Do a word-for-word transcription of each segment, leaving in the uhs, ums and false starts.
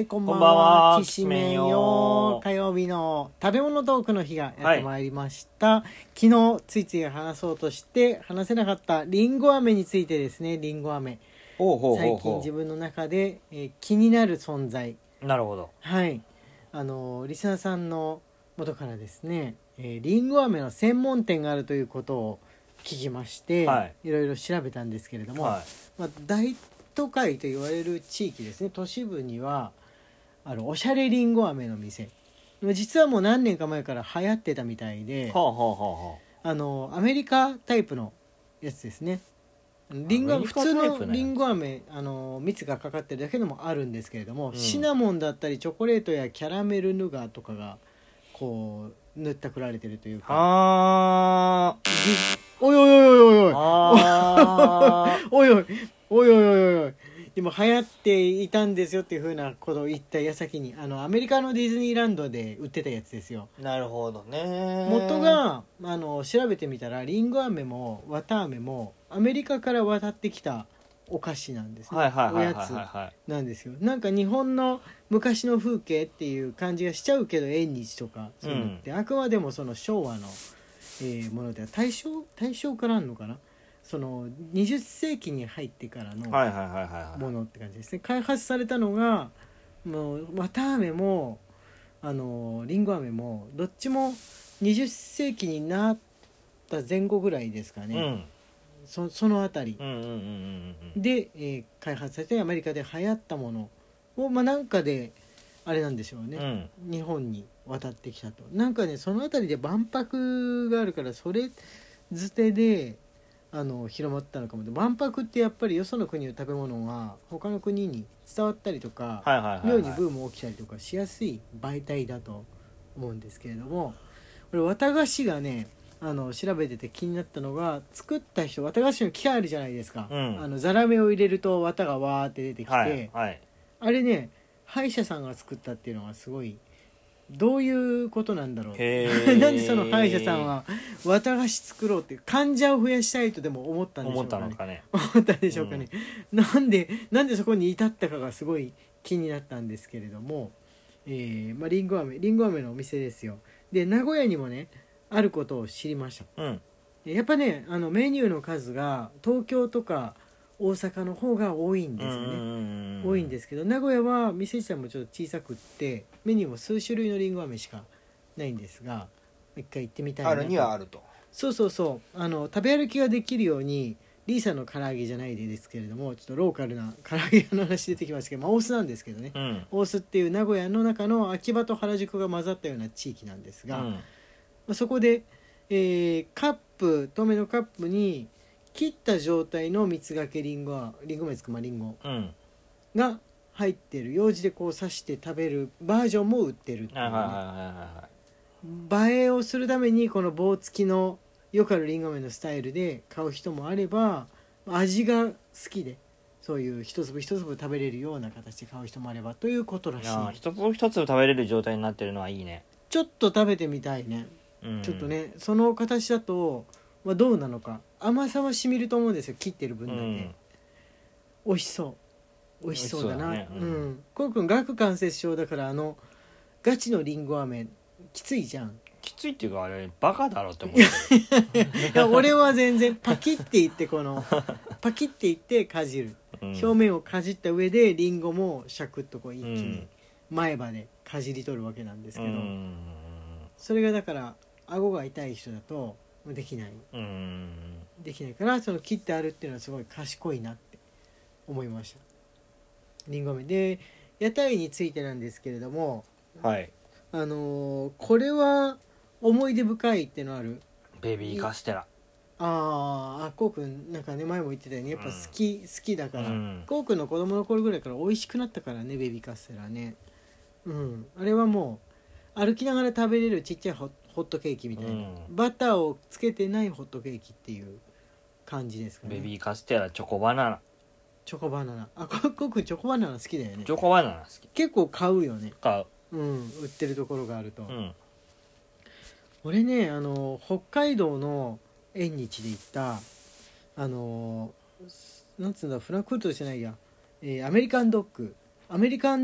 はいこんばんこんばんは。 はきしめんよ火曜日の食べ物トークの日がやってまいりました、はい、昨日ついつい話そうとして話せなかったりんご飴についてですね。りんご飴ほうほうほうほう、 最近自分の中で、えー、気になる存在。 なるほど。 はいあのリスナーさんの元からですね、えー、りんご飴の専門店があるということを聞きまして、はい、いろいろ調べたんですけれども、はい、まあ、大都会と言われる地域ですね、都市部にはあのおしゃれりんご飴の店、実はもう何年か前から流行ってたみたいで、はあはあはあ、あのアメリカタイプのやつですね。リンゴ普通のリンゴ飴、あの蜜がかかってるだけでもあるんですけれども、うん、シナモンだったりチョコレートやキャラメルヌガーとかがこう塗ったくられてるというか、あおいおいおいおいおいおいおいおいおいおいおいおい今流行っていたんですよっていう風なことを言った矢先に、あのアメリカのディズニーランドで売ってたやつですよ。 なるほどね。 元があの調べてみたらリンゴ飴も綿飴もアメリカから渡ってきたお菓子なんですね、はいはいはいはいはい、おやつなんですよ。なんか日本の昔の風景っていう感じがしちゃうけど、縁日とかそういうのって、うん、あくまでもその昭和の、えー、ものでは大正大正からあるのかな、そのにじゅっせいきに入ってからのものって感じですね。開発されたのがもう綿飴もあのリンゴ飴もどっちもにじゅっせいきになった前後ぐらいですかね、うん、そ, そのあたり、うんうんうんうん、で、えー、開発されてアメリカで流行ったものを、まあ、なんかであれなんでしょうね、うん、日本に渡ってきたと。なんかねそのあたりで万博があるからそれづてであの広まったのかも。万博ってやっぱりよその国の食べ物が他の国に伝わったりとか、はいはいはいはい、妙にブーム起きたりとかしやすい媒体だと思うんですけれども、これ綿菓子がねあの調べてて気になったのが、作った人綿菓子の機械あるじゃないですか、うん、あのザラメを入れると綿がわーって出てきて、はいはい、あれね歯医者さんが作ったっていうのがすごいどういうことなんだろうなんでその歯医者さんは綿菓子作ろうって患者を増やしたいとでも思ったんでしょうかね。思ったのかね思ったでしょうかね、うん、なんでなんでそこに至ったかがすごい気になったんですけれども、えーまあ、リンゴ飴リンゴ飴のお店ですよ。で名古屋にもねあることを知りました、うん、やっぱねあのメニューの数が東京とか大阪の方が多いんですよね。多いんですけど名古屋は店自体もちょっと小さくってメニューも数種類のりんご飴しかないんですが、一回行ってみたいなと。 あるにはあると。 そうそうそうあの食べ歩きができるようにリーさんの唐揚げじゃないですけれども、ちょっとローカルな唐揚げの話出てきましたけど、まあ、大須なんですけどね、うん、大須っていう名古屋の中の秋葉と原宿が混ざったような地域なんですが、うんまあ、そこで、えー、カップ透明のカップに切った状態の蜜がけりんごりんご飴つくまりんごが入ってる、用紙でこう刺して食べるバージョンも売ってるっていうね、映えをするためにこの棒付きのよくあるりんご飴のスタイルで買う人もあれば、味が好きでそういう一粒一粒食べれるような形で買う人もあればということらしい。あ一粒一粒食べれる状態になってるのはいいね。 ちょっと食べてみたいね、うん、ちょっとねその形だと、まあ、どうなのか。甘さは染みると思うんですよ、切ってる分だけ、うん、美味しそう美味しそうだな。う、ねうんうん、こうくん顎関節症だからあのガチのりんご飴きついじゃん。 きついっていうかあれバカだろって思ってるいや俺は全然パキッていってこのパキッていってかじる、うん、表面をかじった上でりんごもシャクッとこう一気に前歯でかじり取るわけなんですけど、うん、それがだから顎が痛い人だとできない、うん、できないからその切ってあるっていうのはすごい賢いなって思いました。りんご飴で屋台についてなんですけれども、はい、あのー、これは思い出深いってのある。 ベビーカステラ。 ああこうくんなんかね前も言ってたよね、やっぱ好き、うん、好きだから、うん、こうくんの子供の頃ぐらいから美味しくなったからねベビーカステラね。うんあれはもう歩きながら食べれるちっちゃいホホットケーキみたいな、うん、バターをつけてないホットケーキっていう感じですかね。 ベビーカステラチョコバナナチョコバナナあここくんチョコバナナ好きだよね。 チョコバナナ好き。 結構買うよね。 買う、 うん、売ってるところがあると、うん、俺ねあの北海道の縁日で行ったあのなんつうんだフランクフルトじゃないや、えー、アメリカンドッグアメリカンドッ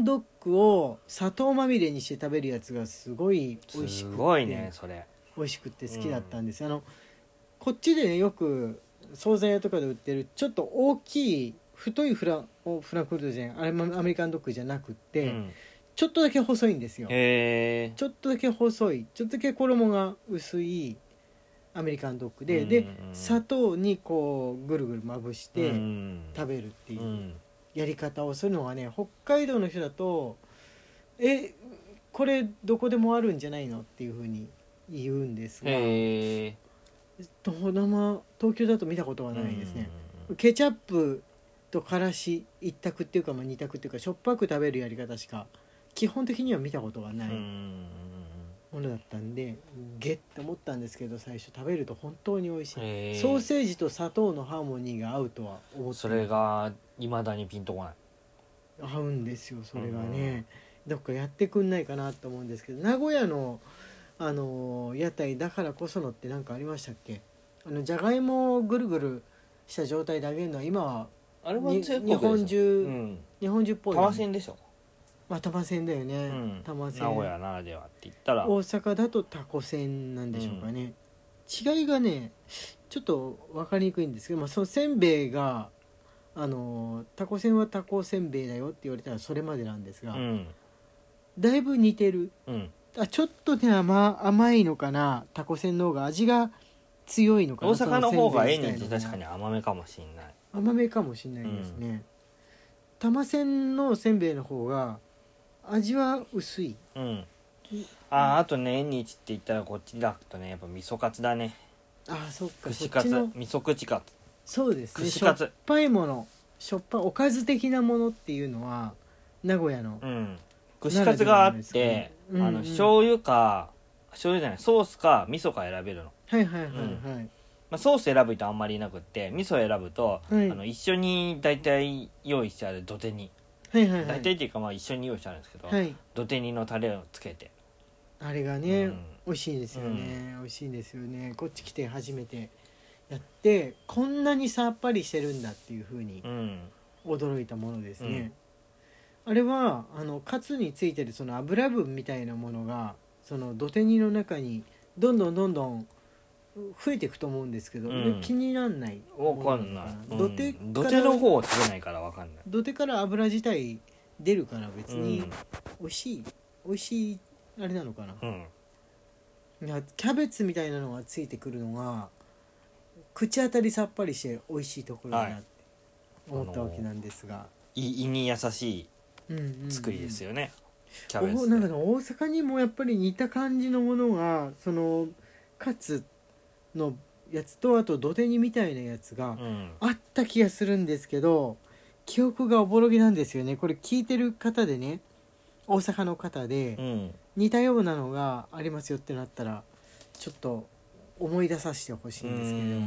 クを砂糖まみれにして食べるやつがすごい美味しくて、 すごいねそれ美味しくて好きだったんです、うん、あのこっちでねよく惣菜屋とかで売ってるちょっと大きい太いフラフランクフルトじゃないあれアメリカンドッグじゃなくって、うん、ちょっとだけ細いんですよ。 へちょっとだけ細いちょっとだけ衣が薄いアメリカンドッグで、うん、で砂糖にこうぐるぐるまぶして食べるっていうやり方をするのがね、北海道の人だとえこれどこでもあるんじゃないのっていう風に言うんですが、 へ生東京だと見たことはないですね。ケチャップとからし一択っていうか、まあ、二択っていうかしょっぱく食べるやり方しか基本的には見たことがないものだったんでゲッと思ったんですけど、最初食べると本当に美味しい。ソーセージと砂糖のハーモニーが合うとは思って、 それが未だにピンとこない。 合うんですよそれがね。どっかやってくんないかなと思うんですけど、名古屋のあの屋台だからこそのって何かありましたっけ？あのじゃがいもをぐるぐるした状態で揚げるのは今はあれは日本中、うん、日本中っぽい、ね、 玉線でしょ。 まあ玉線だよね、 うん、 玉線。 名古屋ならではって言ったら大阪だとタコ線なんでしょうかね、うん、違いがねちょっと分かりにくいんですけど、まあ、そのせんべいがあのタコ線はタコせんべいだよって言われたらそれまでなんですが、うん、だいぶ似てる、うん、あちょっとね 甘, 甘いのかな、タコ線の方が味が強いのかな。 大阪の方が絵に似て確かに甘めかもしれない。 甘めかもしれないですね、うん、玉線のせんべいの方が味は薄い、 うん、あ, あとね縁日って言ったらこっちだとねやっぱ味噌カツだね。 あそっか、 串カツ味噌口カツ。 そうですね、しょっぱいものしょっぱおかず的なものっていうのは名古屋の、 うん、串カツがあって、ねうんうん、あの醤油か醤油じゃないソースか味噌か選べるの。 はいはいはいはい、 うんまあ、ソース選ぶ人あんまりいなくって味噌選ぶと、はい、あの一緒に大体用意してある土手に、はいはいはい、大体っていうかまあ一緒に用意してあるんですけど、はい、土手にのタレをつけてあれがね、うん、美味しいですよね、うん、美味しいんですよね。こっち来て初めてやってこんなにさっぱりしてるんだっていう風に驚いたものですね、うん、あれはあのカツについてるその油分みたいなものがその土手煮の中にどんどんどんどん増えていくと思うんですけど、うん、気になんない。 分かんない、うん、 土手から土手の方を食べないから分かんない。 土手から油自体出るから別に美味しい、うん、美味しいあれなのかな、うん、いやキャベツみたいなのがついてくるのが口当たりさっぱりして美味しいところだなって思ったわけなんですが、はい、胃に優しい作りですよね、うんうんうん、 キャベツなんか大阪にもやっぱり似た感じのものがそのカツのやつとあと土手煮みたいなやつがあった気がするんですけど、うん、記憶がおぼろげなんですよね。これ聞いてる方でね大阪の方で、うん、似たようなのがありますよってなったらちょっと思い出させてほしいんですけれども、うん、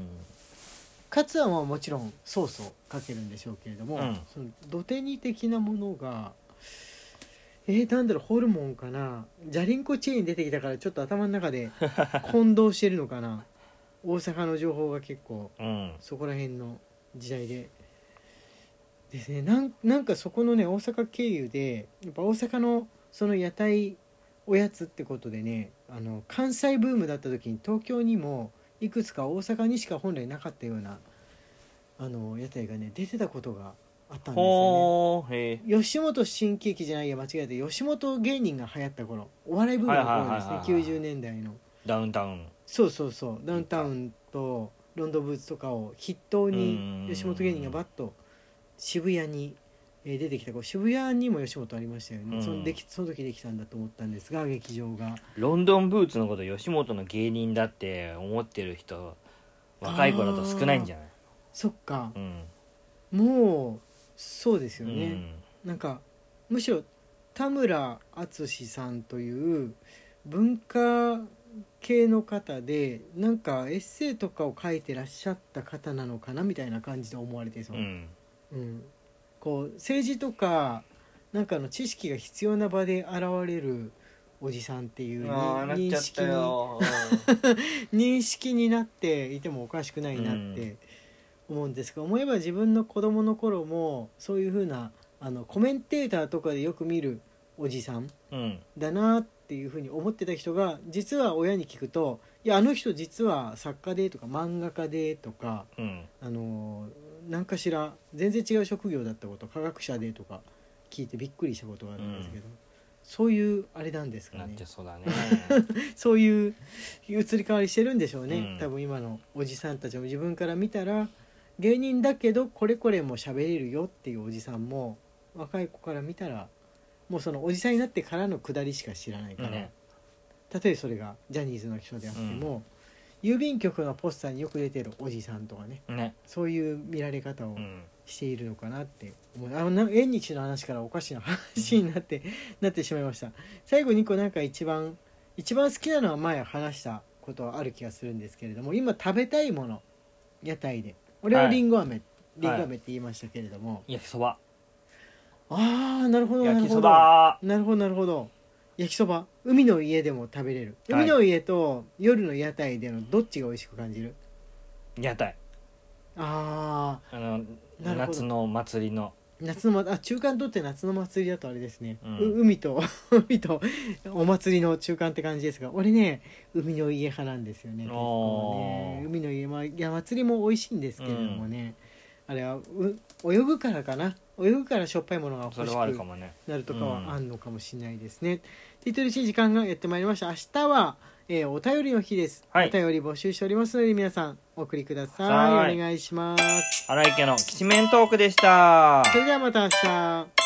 カツはまあもちろんソースをかけるんでしょうけれども、うん、その土手煮的なものがえー、なんだろうホルモンかな、ジャリンコチェーン出てきたからちょっと頭の中で混同してるのかな大阪の情報が結構、うん、そこら辺の時代でですね。なん、なんかそこのね大阪経由でやっぱ大阪のその屋台おやつってことでね、あの関西ブームだった時に東京にもいくつか大阪にしか本来なかったようなあの屋台がね出てたことがあったんですよね。吉本新喜劇じゃないや間違えて吉本芸人が流行った頃お笑いブームの頃ですね、きゅうじゅうねんだいのダウンタウンそうそうそうダウンタウンとロンドンブーツとかを筆頭に吉本芸人がバッと渋谷に出てきた。渋谷にも吉本ありましたよね、うん、そのできその時できたんだと思ったんですが劇場がロンドンブーツのこと吉本の芸人だって思ってる人若い子だと少ないんじゃない？ そっか、うん、もうそうですよね、うん、なんかむしろ田村淳さんという文化系の方でなんかエッセイとかを書いてらっしゃった方なのかなみたいな感じで思われてそう、うんうん、こう政治とかなんかの知識が必要な場で現れるおじさんっていう認識に認識になっていてもおかしくないなって思うんですが、思えば自分の子供の頃もそういう風なあのコメンテーターとかでよく見るおじさんだなっていうふうに思ってた人が、実は親に聞くと、いやあの人実は作家でとか漫画家でとか、うん、あの何かしら全然違う職業だったこと、科学者でとか聞いてびっくりしたことがあるんですけど、うん、そういうあれなんですかね。 なってそうだねそういう移り変わりしてるんでしょうね、うん、多分今のおじさんたちも自分から見たら芸人だけどこれこれも喋れるよっていうおじさんも、若い子から見たらもうそのおじさんになってからのくだりしか知らないから、ね、たとえそれがジャニーズの人であっても、うん、郵便局のポスターによく出てるおじさんとか ね, ねそういう見られ方をしているのかなって思う、うん、あの縁日の話からおかしな話になって、うん、なってしまいました。最後にこうなんか一番一番好きなのは前話したことはある気がするんですけれども、今食べたいもの屋台で、俺はリンゴ飴、はい、リンゴ飴って言いましたけれども、 はい、焼きそば。 ああなるほどなるほど、 焼きそばなるほどなるほど。焼きそば、海の家でも食べれる。海の家と夜の屋台でのどっちが美味しく感じる？ 屋台。 ああの夏の祭りの夏のあ中間とって夏の祭りだとあれですね、うん、海と海とお祭りの中間って感じですが、俺ね海の家派なんですよね。結構ね海の家、まあ、いや祭りも美味しいんですけれどもね、うん、あれはう泳ぐからかな、泳ぐからしょっぱいものが欲しくなるとかはあるのかもしれないですね。って言ってるし時間がやってまいりました。明日は、えー、お便りの日です、はい、お便り募集しておりますので皆さんお送りください。お願いします。 荒井家のきしめんトークでした。 それではまた明日。